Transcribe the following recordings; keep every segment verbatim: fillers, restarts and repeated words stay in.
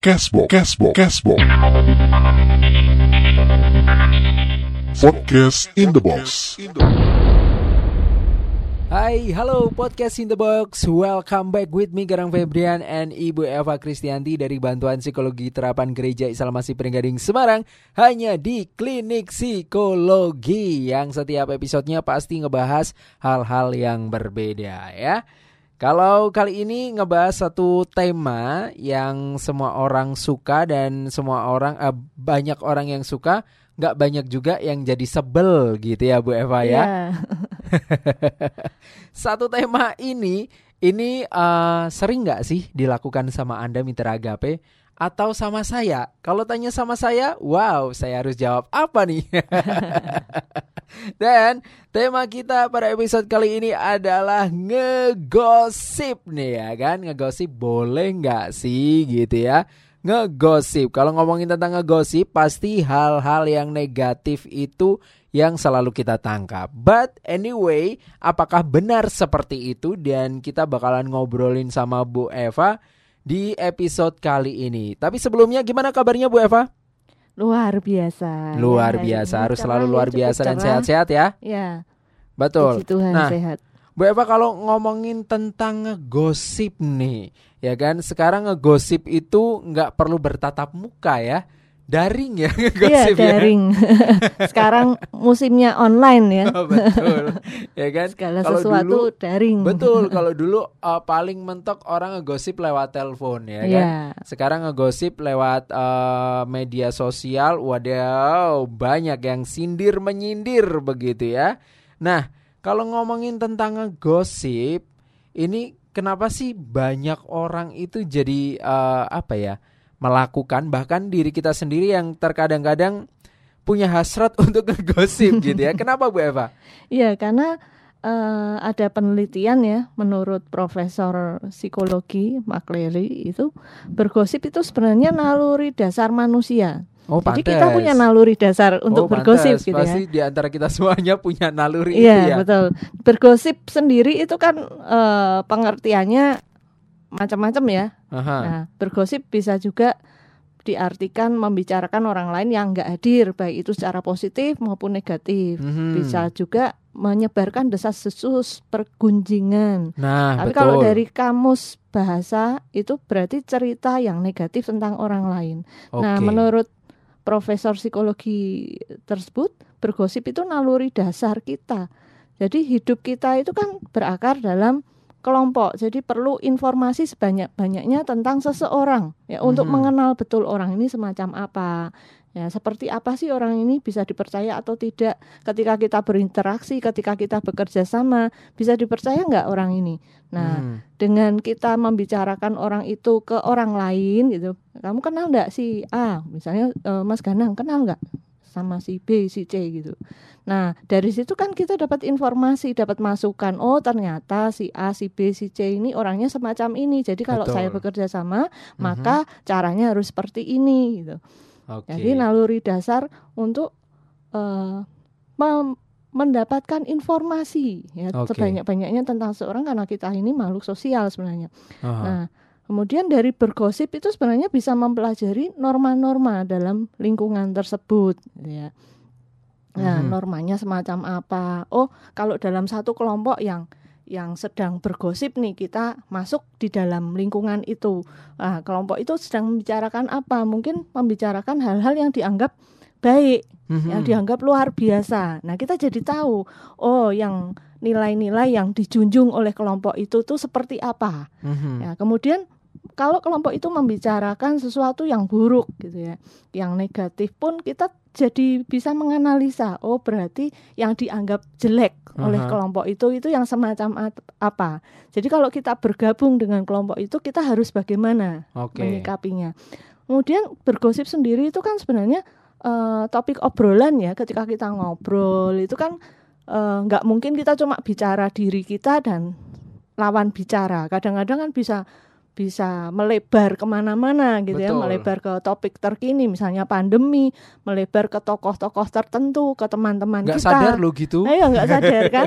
Cashbox, Cashbox, Cashbox. Podcast in the Box. Hai, halo Podcast in the Box. Welcome back with me Garang Febrian and Ibu Eva Kristianti dari Bantuan Psikologi Terapan Gereja Islam Masih Pringgading Semarang, hanya di Klinik Psikologi yang setiap episodenya pasti ngebahas hal-hal yang berbeda ya. Kalau kali ini ngebahas satu tema yang semua orang suka dan semua orang eh, banyak orang yang suka, nggak banyak juga yang jadi sebel gitu ya Bu Eva ya. Yeah. Satu tema ini ini uh, sering nggak sih dilakukan sama Anda Mitra Agape atau sama saya? Kalau tanya sama saya, wow, saya harus jawab apa nih? Dan tema kita pada episode kali ini adalah ngegosip nih ya kan. Ngegosip boleh nggak sih gitu ya. Ngegosip, kalau ngomongin tentang ngegosip pasti hal-hal yang negatif itu yang selalu kita tangkap. But anyway, apakah benar seperti itu? Dan kita bakalan ngobrolin sama Bu Eva di episode kali ini. Tapi sebelumnya gimana kabarnya Bu Eva? Luar biasa. Luar ya, biasa, harus selalu luar biasa dan sehat-sehat ya. Ya. Betul. Puji Tuhan, nah, sehat. Bu Eva, kalau ngomongin tentang ngegosip nih, ya kan? Sekarang ngegosip itu nggak perlu bertatap muka ya. Daring ya ngegosip ya. Iya, daring. Sekarang musimnya online ya. Oh, betul. Ya kan? Segala kalau sesuatu dulu, daring. Betul, kalau dulu uh, paling mentok orang ngegosip lewat telepon ya kan. Yeah. Sekarang ngegosip lewat uh, media sosial. Waduh, banyak yang sindir menyindir begitu ya. Nah, kalau ngomongin tentang ngegosip, ini kenapa sih banyak orang itu jadi uh, apa ya? melakukan, bahkan diri kita sendiri yang terkadang-kadang punya hasrat untuk ngegosip gitu ya. Kenapa Bu Eva? Iya, karena uh, ada penelitian ya, menurut Profesor Psikologi McCleary itu bergosip itu sebenarnya naluri dasar manusia. Oh, Jadi pantes. kita punya naluri dasar untuk oh, bergosip pantes. gitu Pasti ya. di antara kita semuanya punya naluri iya, itu ya. Iya, betul. Bergosip sendiri itu kan uh, pengertiannya macam-macam ya. Aha. Nah, bergosip bisa juga diartikan membicarakan orang lain yang nggak hadir, baik itu secara positif maupun negatif. Mm-hmm. Bisa juga menyebarkan desas-desus, pergunjingan. Nah, tapi betul. kalau dari kamus bahasa itu berarti cerita yang negatif tentang orang lain. Okay. Nah, menurut Profesor Psikologi tersebut, bergosip itu naluri dasar kita. Jadi hidup kita itu kan berakar dalam kelompok, jadi perlu informasi sebanyak-banyaknya tentang seseorang ya, mm-hmm. untuk mengenal betul orang ini semacam apa ya, seperti apa sih orang ini, bisa dipercaya atau tidak ketika kita berinteraksi, ketika kita bekerja sama, bisa dipercaya nggak orang ini. Nah, mm. dengan kita membicarakan orang itu ke orang lain gitu, kamu kenal nggak si A, misalnya e, Mas Ganang kenal nggak sama si B, si C gitu. Nah, dari situ kan kita dapat informasi, dapat masukan. Oh, ternyata si A, si B, si C ini orangnya semacam ini. Jadi kalau Betul. saya bekerja sama, Mm-hmm. maka caranya harus seperti ini gitu. Okay. Jadi naluri dasar untuk uh, mem- mendapatkan informasi ya, okay. sebanyak-banyaknya tentang seorang, karena kita ini makhluk sosial sebenarnya. Aha. Nah, kemudian dari bergosip itu sebenarnya bisa mempelajari norma-norma dalam lingkungan tersebut ya. Nah, hmm. normanya semacam apa? Oh, kalau dalam satu kelompok yang yang sedang bergosip nih, kita masuk di dalam lingkungan itu. Nah, kelompok itu sedang membicarakan apa? Mungkin membicarakan hal-hal yang dianggap baik, hmm. yang dianggap luar biasa. Nah, kita jadi tahu, oh, yang nilai-nilai yang dijunjung oleh kelompok itu tuh seperti apa. Hmm. Ya, kemudian kalau kelompok itu membicarakan sesuatu yang buruk gitu ya, yang negatif pun kita jadi bisa menganalisa, oh berarti yang dianggap jelek uh-huh. oleh kelompok itu itu yang semacam apa. Jadi kalau kita bergabung dengan kelompok itu, kita harus bagaimana okay. menyikapinya. Kemudian bergosip sendiri itu kan sebenarnya uh, topik obrolan ya, ketika kita ngobrol itu kan uh, nggak mungkin kita cuma bicara diri kita dan lawan bicara. Kadang-kadang kan bisa bisa melebar kemana-mana gitu ya, Betul. melebar ke topik terkini, misalnya pandemi, melebar ke tokoh-tokoh tertentu, ke teman-teman Nggak kita. sadar lo gitu. Ayo nggak sadar kan?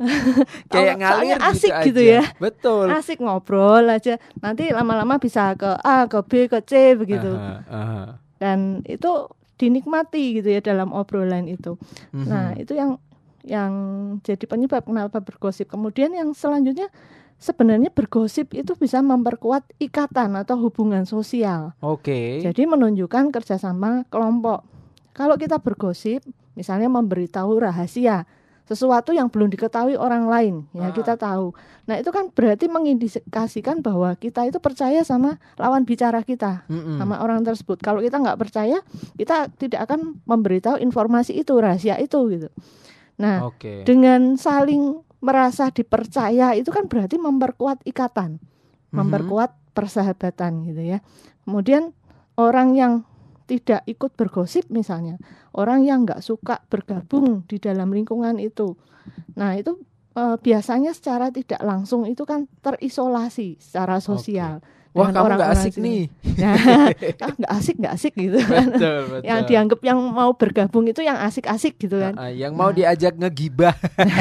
Kayak Soalnya ngalir asik gitu, gitu aja. ya. Betul. Asik ngobrol aja. Nanti lama-lama bisa ke A, ke B, ke C begitu. Aha, aha. Dan itu dinikmati gitu ya dalam obrolan itu. Mhm. Nah, itu yang yang jadi penyebab kenapa bergosip. Kemudian yang selanjutnya sebenarnya bergosip itu bisa memperkuat ikatan atau hubungan sosial. Oke. Jadi menunjukkan kerjasama kelompok. Kalau kita bergosip, misalnya memberitahu rahasia, sesuatu yang belum diketahui orang lain, ya Ah. kita tahu. Nah itu kan berarti mengindikasikan bahwa kita itu percaya sama lawan bicara kita, Mm-mm. sama orang tersebut. Kalau kita nggak percaya, kita tidak akan memberitahu informasi itu, rahasia itu gitu. Nah Oke. dengan saling merasa dipercaya itu kan berarti memperkuat ikatan, Mhm. memperkuat persahabatan gitu ya. Kemudian orang yang tidak ikut bergosip misalnya, orang yang nggak suka bergabung di dalam lingkungan itu, nah itu e, biasanya secara tidak langsung itu kan terisolasi secara sosial. Wah, dengan kamu nggak orang-orang asik sini. nih. Nah, ah, nggak asik nggak asik gitu kan. Betul, betul. Yang dianggap yang mau bergabung itu yang asik-asik gitu kan. Ah, ah, yang mau Nah. diajak ngegibah,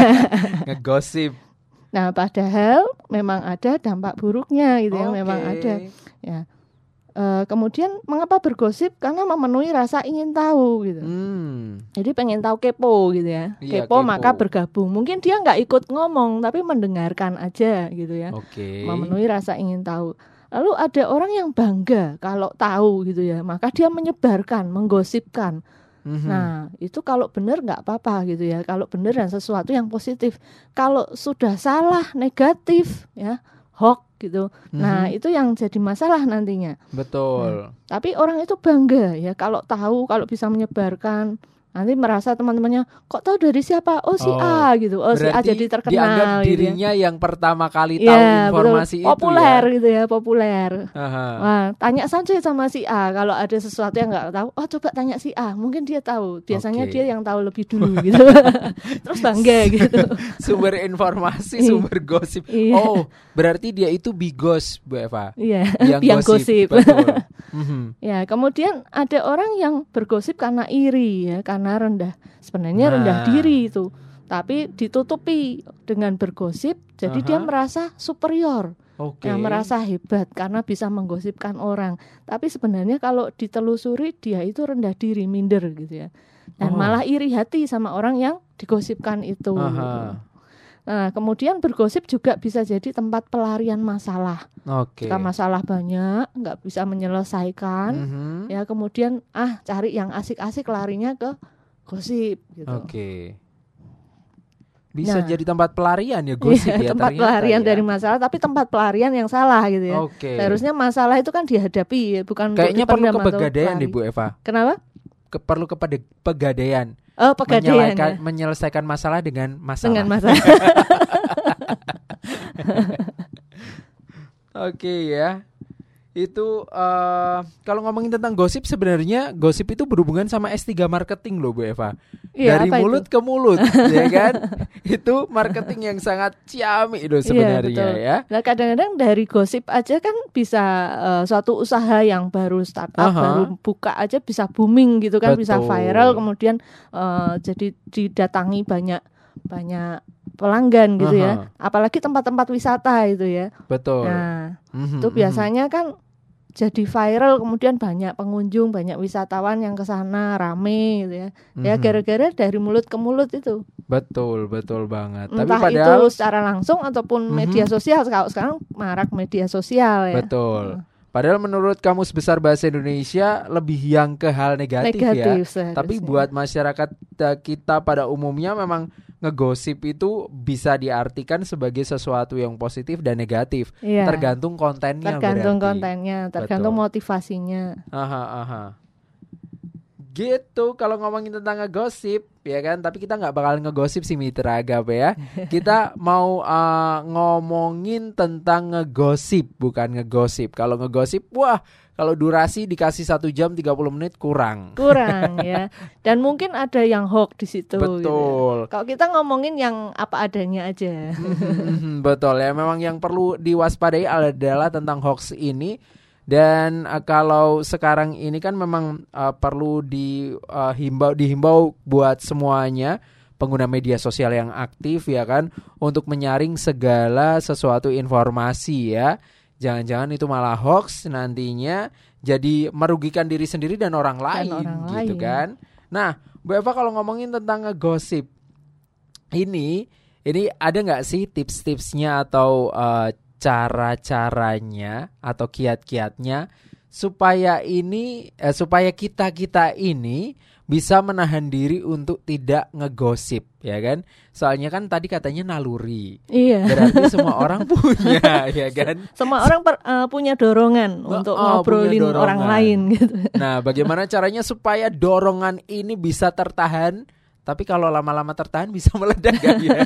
ngegosip. Nah, padahal memang ada dampak buruknya gitu ya, Oke. memang ada. Ya. E, kemudian mengapa bergosip? Karena memenuhi rasa ingin tahu gitu. Hmm. Jadi pengen tahu, kepo gitu ya. Iya, kepo, kepo. maka bergabung. Mungkin dia nggak ikut ngomong tapi mendengarkan aja gitu ya. Oke. Memenuhi rasa ingin tahu. Lalu ada orang yang bangga kalau tahu gitu ya, maka dia menyebarkan, menggosipkan. Mhm. Nah, itu kalau benar nggak apa-apa gitu ya. Kalau benar dan sesuatu yang positif. Kalau sudah salah, negatif ya, hoax gitu. Nah, Mhm. itu yang jadi masalah nantinya. Betul. Tapi orang itu bangga ya kalau tahu, kalau bisa menyebarkan. Nanti merasa teman-temannya kok tahu dari siapa? Oh si Oh, A gitu. Oh si A Berarti jadi dianggap terkenal gitu ya. dirinya yang pertama kali tahu Iya, informasi betul. itu Populer ya. gitu ya, populer. Aha. Wah, tanya saja sama si A kalau ada sesuatu yang nggak tahu. Oh, coba tanya si A, mungkin dia tahu. Biasanya Oke. dia yang tahu lebih dulu gitu. Terus bangga gitu. Sumber informasi, Iya. sumber gosip. Iya. Oh, berarti dia itu bigos, Bu Eva. Iya, Yang, yang gosip. gosip. Betul. Mhm. Ya, kemudian ada orang yang bergosip karena iri ya, karena rendah. Sebenarnya Nah. rendah diri itu, tapi ditutupi dengan bergosip. Jadi Aha. dia merasa superior. Oke. Yang merasa hebat karena bisa menggosipkan orang. Tapi sebenarnya kalau ditelusuri dia itu rendah diri, minder gitu ya. Dan Oh. malah iri hati sama orang yang digosipkan itu. Aha. Nah, kemudian bergosip juga bisa jadi tempat pelarian masalah. Oke. Jika masalah banyak, nggak bisa menyelesaikan, Mhm. ya kemudian ah cari yang asik-asik larinya ke gosip gitu. Oke. Bisa Nah. jadi tempat pelarian ya gosip Iya, ya tempat ternyata pelarian ya. dari masalah, tapi tempat pelarian yang salah gitu ya. Oke. Seharusnya masalah itu kan dihadapi ya, bukan untuk Kayaknya perlu dipendam atau kepegadaian lari. deh Bu Eva. Kenapa? Ke- perlu kepada pegadaian. Oh, pegadaian Menyelesaikan, ya. menyelesaikan masalah dengan masalah. Dengan masalah. Oke ya. Itu eh, kalau ngomongin tentang gosip, sebenarnya gosip itu berhubungan sama S tiga marketing loh Bu Eva. Iya, Dari apa mulut itu? ke mulut ya kan. Itu marketing yang sangat ciamik loh sebenarnya Iya, betul. ya. Nah, kadang-kadang dari gosip aja kan bisa eh, suatu usaha yang baru startup, Aha. baru buka aja bisa booming gitu kan, bisa Betul. viral, kemudian eh, jadi didatangi banyak banyak pelanggan gitu ya. Aha. Apalagi tempat-tempat wisata itu ya. Betul. Nah, Mhm, itu mhm. biasanya kan jadi viral, kemudian banyak pengunjung, banyak wisatawan yang ke sana rame gitu ya. Ya Mhm. gara-gara dari mulut ke mulut itu. Betul, betul banget. Tapi Entah padahal itu secara langsung ataupun Mhm. media sosial. Kalau sekarang marak media sosial ya. betul. Padahal menurut Kamus Besar Bahasa Indonesia lebih yang ke hal negatif, Negatif ya. seharusnya. Tapi buat masyarakat eh, kita pada umumnya memang ngegosip itu bisa diartikan sebagai sesuatu yang positif dan negatif. Iya. Tergantung kontennya Tergantung berarti. kontennya, tergantung Betul. motivasinya. Aha, aha. Gitu kalau ngomongin tentang ngegosip ya kan, tapi kita nggak bakal ngegosip sih Mitra Agape ya. Kita mau uh, ngomongin tentang ngegosip bukan ngegosip. Kalau ngegosip, wah kalau durasi dikasih satu jam tiga puluh menit kurang. Kurang ya. Dan mungkin ada yang hoax di situ. Betul. Gitu. Kalau kita ngomongin yang apa adanya aja. Betul ya. Memang yang perlu diwaspadai adalah tentang hoax ini. Dan uh, kalau sekarang ini kan memang uh, perlu dihimbau uh, dihimbau buat semuanya pengguna media sosial yang aktif ya kan untuk menyaring segala sesuatu informasi ya. Jangan-jangan itu malah hoax nantinya jadi merugikan diri sendiri dan orang lain dan orang gitu lain. kan. Nah, Bu Eva kalau ngomongin tentang ngegosip ini, ini ada nggak sih tips-tipsnya atau uh, cara-caranya atau kiat-kiatnya supaya ini eh, supaya kita-kita ini bisa menahan diri untuk tidak ngegosip ya kan? Soalnya kan tadi katanya naluri. Iya. Berarti semua orang punya ya kan? Semua orang per, uh, punya dorongan Oh, untuk oh, ngobrolin punya dorongan. orang lain gitu. Nah, bagaimana caranya supaya dorongan ini bisa tertahan? Tapi kalau lama-lama tertahan bisa meledak kan ya?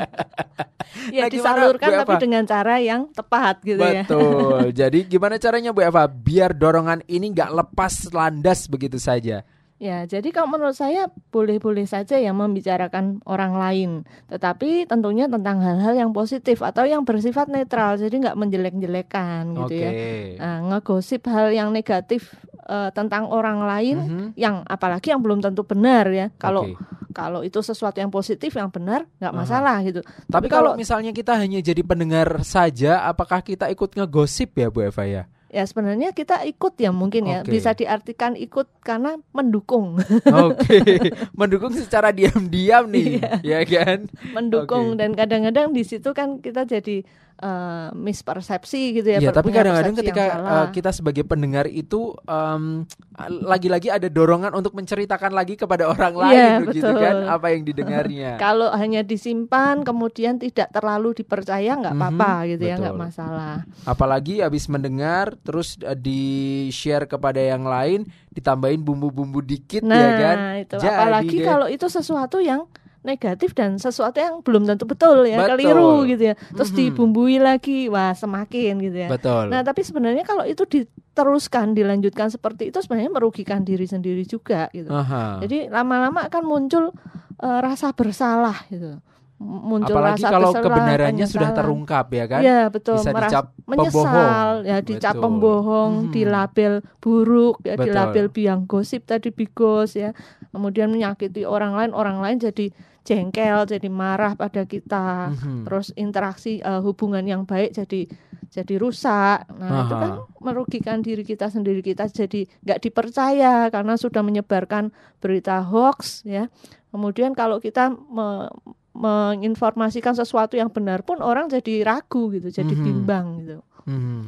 Ya Nah, gimana, disalurkan Bu tapi Eva? dengan cara yang tepat gitu ya. Betul. Jadi gimana caranya Bu Eva biar dorongan ini nggak lepas landas begitu saja? Ya, jadi kalau menurut saya boleh-boleh saja ya membicarakan orang lain, tetapi tentunya tentang hal-hal yang positif atau yang bersifat netral, jadi nggak menjelek-jelekan gitu Oke. ya. Nah, ngegosip hal yang negatif uh, tentang orang lain, Mhm. yang apalagi yang belum tentu benar ya. Kalau Oke. kalau itu sesuatu yang positif yang benar nggak Aha. masalah gitu. Tapi kalau misalnya kita hanya jadi pendengar saja, apakah kita ikut ngegosip ya Bu Eva ya? ya sebenarnya kita ikut ya mungkin ya, Oke. bisa diartikan ikut karena mendukung. Oke, mendukung secara diam-diam nih, ya kan? mendukung Oke. dan kadang-kadang di situ kan kita jadi uh, mispersepsi gitu ya. Iya, tapi punya kadang-kadang persepsi ketika yang salah. uh, kita sebagai pendengar itu um, lagi-lagi ada dorongan untuk menceritakan lagi kepada orang lain, Iya, begitu betul. kan? Apa yang didengarnya? Kalau hanya disimpan kemudian tidak terlalu dipercaya nggak Mhm, apa-apa gitu ya, nggak betul. masalah. Apalagi habis mendengar terus uh, di-share kepada yang lain, ditambahin bumbu-bumbu dikit Nah ya kan? itu Jadi apalagi deh. kalau itu sesuatu yang negatif dan sesuatu yang belum tentu betul ya, Betul. keliru gitu ya. Terus Mhm. dibumbui lagi, wah semakin gitu ya. Betul. Nah tapi sebenarnya kalau itu diteruskan, dilanjutkan seperti itu sebenarnya merugikan diri sendiri juga gitu. Aha. Jadi lama-lama akan muncul uh, rasa bersalah gitu. M- Muncul Apalagi rasa kalau bersalah, kebenarannya sudah penyesalan. terungkap ya kan? Iya betul, Bisa meras- dicap menyesal pembohong. ya, dicap Betul. pembohong, Mhm. dilabel buruk, ya Betul. dilabel biang gosip tadi, bigos ya. Kemudian menyakiti orang lain, orang lain jadi jengkel, jadi marah pada kita. Mhm. Terus interaksi uh, hubungan yang baik jadi jadi rusak. Nah, itu Aha. kan merugikan diri kita sendiri, kita jadi nggak dipercaya karena sudah menyebarkan berita hoax ya. Kemudian kalau kita me- menginformasikan sesuatu yang benar pun orang jadi ragu gitu, jadi Mhm. bimbang gitu. Mhm.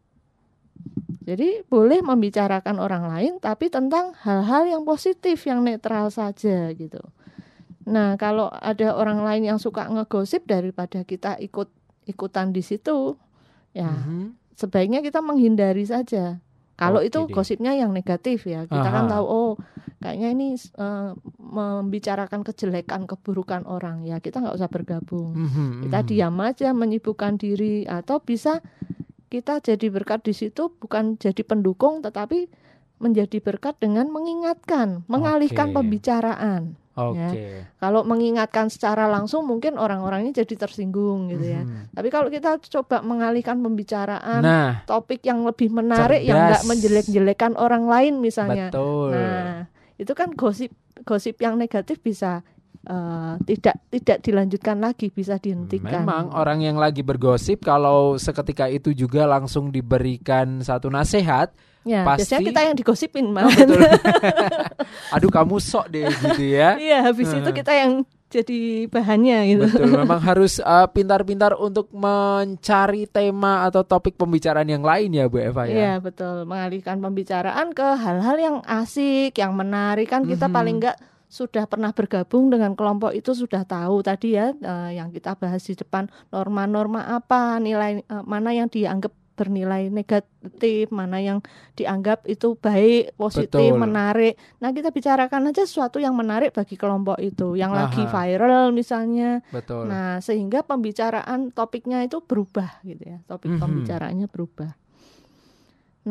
Jadi boleh membicarakan orang lain tapi tentang hal-hal yang positif, yang netral saja gitu. Nah, kalau ada orang lain yang suka ngegosip daripada kita ikut ikutan di situ, ya Mhm. sebaiknya kita menghindari saja. Kalau Oke itu deh. gosipnya yang negatif ya, kita Aha. kan tahu oh kayaknya ini eh, membicarakan kejelekan, keburukan orang ya, kita nggak usah bergabung. Mhm, Kita mhm. diam aja, menyibukkan diri, atau bisa kita jadi berkat di situ bukan jadi pendukung tetapi menjadi berkat dengan mengingatkan, mengalihkan Oke. pembicaraan. Oke. Kalau mengingatkan secara langsung mungkin orang-orangnya jadi tersinggung gitu ya. Mhm. Tapi kalau kita coba mengalihkan pembicaraan, Nah, topik yang lebih menarik, yang cerdas. nggak menjelek-jelekan orang lain misalnya. betul. Nah, itu kan gosip gosip yang negatif bisa eh, tidak tidak dilanjutkan lagi, bisa dihentikan. Memang orang yang lagi bergosip kalau seketika itu juga langsung diberikan satu nasihat, ya, pasti- biasanya kita yang digosipin oh, malah. betul. Aduh kamu sok deh gitu ya. Iya, habis itu kita yang jadi bahannya gitu. Betul, memang harus uh, pintar-pintar untuk mencari tema atau topik pembicaraan yang lain ya Bu Eva ya. Iya betul, mengalihkan pembicaraan ke hal-hal yang asik, yang menarik. Kan kita Mhm. paling enggak sudah pernah bergabung dengan kelompok itu, sudah tahu tadi ya eh, yang kita bahas di depan, norma-norma apa, nilai eh, mana yang dianggap bernilai negatif, mana yang dianggap itu baik, positif, Betul. menarik. Nah kita bicarakan aja sesuatu yang menarik bagi kelompok itu, yang lagi Aha. viral misalnya. Betul. Nah, sehingga pembicaraan topiknya itu berubah gitu ya. Topik Mhm. pembicaraannya berubah. Nah,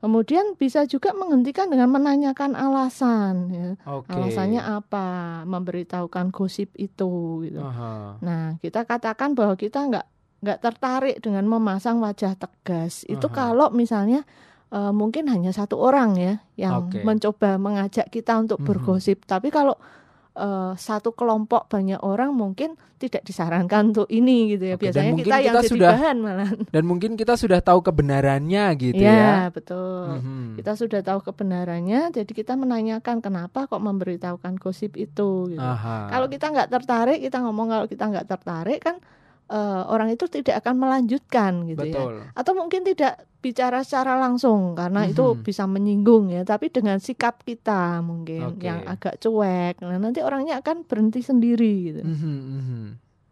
Kemudian bisa juga menghentikan dengan menanyakan alasan, ya. Oke. Alasannya apa memberitahukan gosip itu gitu. Aha. Nah, kita katakan bahwa kita nggak nggak tertarik dengan memasang wajah tegas. Itu Aha. kalau misalnya uh, mungkin hanya satu orang ya yang Oke. mencoba mengajak kita untuk Mhm. bergosip. Tapi kalau uh, satu kelompok banyak orang mungkin tidak disarankan untuk ini gitu ya. Oke, dan Biasanya mungkin kita yang kita jadi sudah- bahan malah. Dan mungkin kita sudah tahu kebenarannya gitu Iya, ya. betul. Mhm. Kita sudah tahu kebenarannya, jadi kita menanyakan kenapa kok memberitahukan gosip itu gitu. Aha. Kalau kita nggak tertarik, kita ngomong kalau kita nggak tertarik kan eh, orang itu tidak akan melanjutkan gitu ya. Betul. Atau mungkin tidak bicara secara langsung karena itu Mhm. bisa menyinggung ya, tapi dengan sikap kita mungkin Oke. yang agak cuek, nah nanti orangnya akan berhenti sendiri gitu. Mhm, mhm.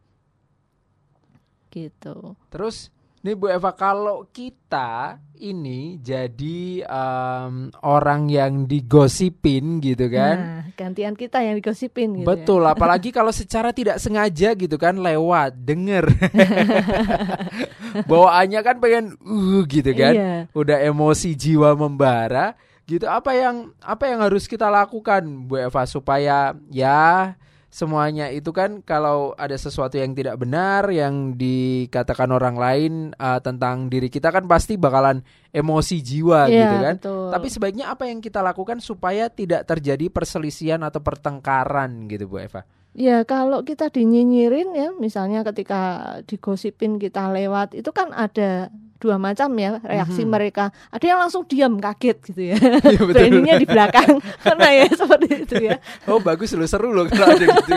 Gitu. Terus nih Bu Eva, kalau kita ini jadi em, orang yang digosipin gitu kan. Nah, gantian kita yang digosipin gitu. Betul, apalagi kalau secara tidak sengaja gitu kan, lewat, denger. Bawaannya kan pengen uh gitu Ya. kan. Iya. Udah emosi jiwa membara gitu. Apa yang apa yang harus kita lakukan Bu Eva supaya ya semuanya itu kan kalau ada sesuatu yang tidak benar yang dikatakan orang lain uh, tentang diri kita kan pasti bakalan emosi jiwa Iya, gitu kan. betul. Tapi sebaiknya apa yang kita lakukan supaya tidak terjadi perselisihan atau pertengkaran gitu Bu Eva? Ya kalau kita dinyinyirin ya, misalnya ketika digosipin kita lewat, itu kan ada dua macam ya reaksi Mhm. mereka. Ada yang langsung diam kaget gitu ya, Iya, betul. beraninya di belakang, karena ya seperti itu ya. Oh bagus loh, seru loh kalau ada gitu.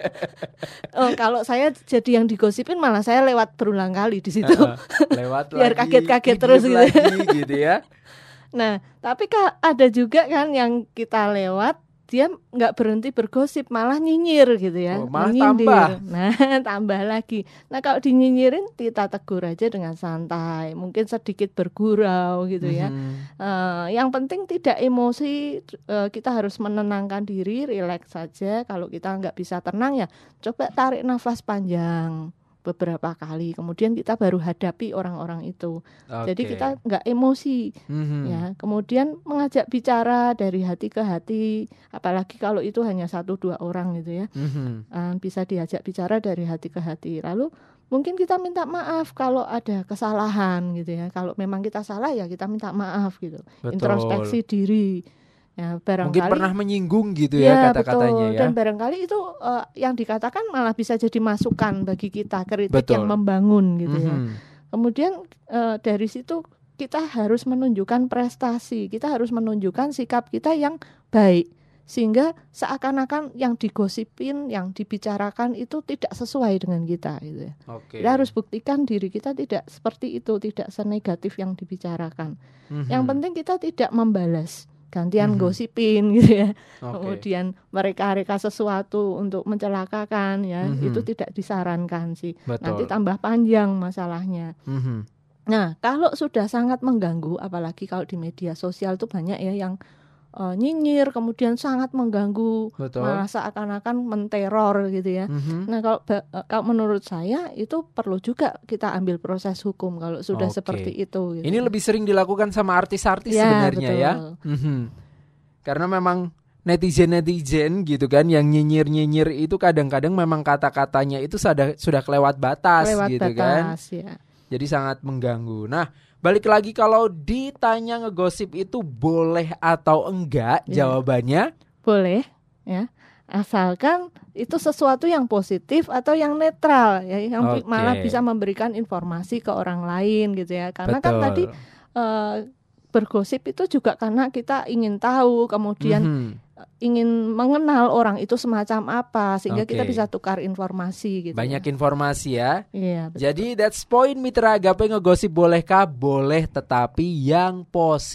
Oh, kalau saya jadi yang digosipin malah saya lewat berulang kali di situ. Heeh, lewat Biar lagi, kaget-kaget diem terus gitu. lagi gitu ya. Nah, tapi ka- ada juga kan yang kita lewat dia nggak berhenti bergosip, malah nyinyir gitu ya. Oh, malah menyindir. tambah. Nah, tambah lagi. Nah, kalau dinyinyirin kita tegur aja dengan santai, mungkin sedikit bergurau gitu ya. Mhm. Eh, yang penting tidak emosi, eh, kita harus menenangkan diri, rileks saja. Kalau kita nggak bisa tenang ya, coba tarik nafas panjang beberapa kali, kemudian kita baru hadapi orang-orang itu. Jadi Oke. kita nggak emosi. Mhm. Ya, kemudian mengajak bicara dari hati ke hati, apalagi kalau itu hanya satu dua orang gitu ya, Mhm. Eh, bisa diajak bicara dari hati ke hati. Lalu mungkin kita minta maaf kalau ada kesalahan gitu ya. Kalau memang kita salah ya kita minta maaf gitu. Betul. Introspeksi diri. Ya, barangkali Mungkin pernah menyinggung gitu ya, kata-katanya betul. ya. Dan barangkali itu eh, yang dikatakan malah bisa jadi masukan bagi kita, kritik Betul. yang membangun gitu ya. Mhm. Kemudian eh, dari situ kita harus menunjukkan prestasi, kita harus menunjukkan sikap kita yang baik, sehingga seakan-akan yang digosipin, yang dibicarakan itu tidak sesuai dengan kita gitu ya. Oke. Kita harus buktikan diri kita tidak seperti itu, tidak senegatif yang dibicarakan. Mhm. Yang penting kita tidak membalas, gantian Mhm. gosipin gitu ya. Oke. Kemudian mereka-reka sesuatu untuk mencelakakan ya, Mhm. itu tidak disarankan sih. Betul. Nanti tambah panjang masalahnya. Mhm. Nah, kalau sudah sangat mengganggu, apalagi kalau di media sosial itu banyak ya yang eh, nyinyir, kemudian sangat mengganggu, Betul. malah seakan-akan menteror gitu ya. Mhm. Nah, kalau ba- eh, kalau menurut saya itu perlu juga kita ambil proses hukum kalau sudah Oke. seperti itu. Gitu. Ini lebih sering dilakukan sama artis-artis Ya, sebenarnya betul. ya. Mhm. Karena memang netizen-netizen gitu kan yang nyinyir-nyinyir itu kadang-kadang memang kata-katanya itu sudah sudah kelewat batas Lewat gitu kan. batas ya. Jadi sangat mengganggu. Nah, balik lagi kalau ditanya ngegosip itu boleh atau enggak, Ya. jawabannya Boleh ya. Asalkan itu sesuatu yang positif atau yang netral ya, yang bi- Oke. malah bisa memberikan informasi ke orang lain gitu ya. Karena kan betul. tadi eh, bergosip itu juga karena kita ingin tahu, kemudian Mhm. ingin mengenal orang itu semacam apa, sehingga kita Oke. bisa tukar informasi gitu. Banyak ya. informasi ya. Iya, betul. Jadi that's point Mitra Agape, ngegosip bolehkah? Boleh, tetapi yang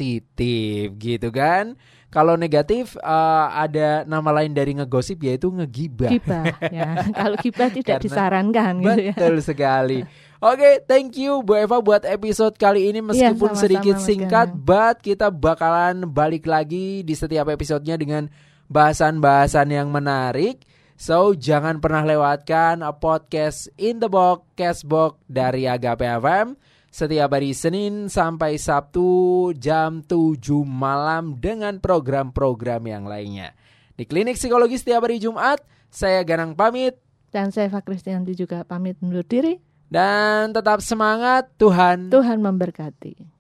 positif gitu kan. Kalau negatif eh, ada nama lain dari ngegosip yaitu ngegibah. Gibah ya. Kalau gibah tidak Karena- disarankan gitu ya. Betul sekali. Oke, thank you Bu Eva buat episode kali ini meskipun sama-sama, sedikit Mas singkat, Ganang. but kita bakalan balik lagi di setiap episodenya dengan bahasan-bahasan yang menarik. So, jangan pernah lewatkan podcast In The Box, Castbox dari Agape F M. setiap hari Senin sampai Sabtu jam tujuh malam dengan program-program yang lainnya. Di Klinik Psikologi setiap hari Jumat, saya Ganang pamit. Dan saya Eva Kristianti juga pamit undur diri. Dan tetap semangat, Tuhan Tuhan memberkati.